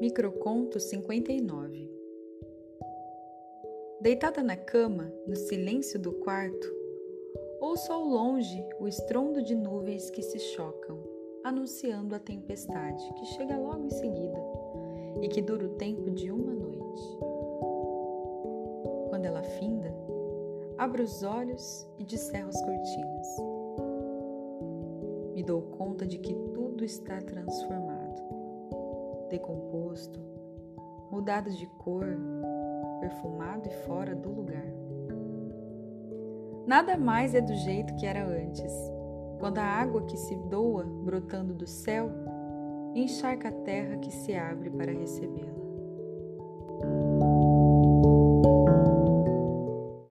Microconto 59. Deitada na cama, no silêncio do quarto, ouço ao longe o estrondo de nuvens que se chocam, anunciando a tempestade que chega logo em seguida e que dura o tempo de uma noite. Quando ela finda, abro os olhos e descerro as cortinas. Me dou conta de que tudo está transformado, decomposto, mudado de cor, perfumado e fora do lugar. Nada mais é do jeito que era antes, quando a água que se doa brotando do céu encharca a terra que se abre para recebê-la.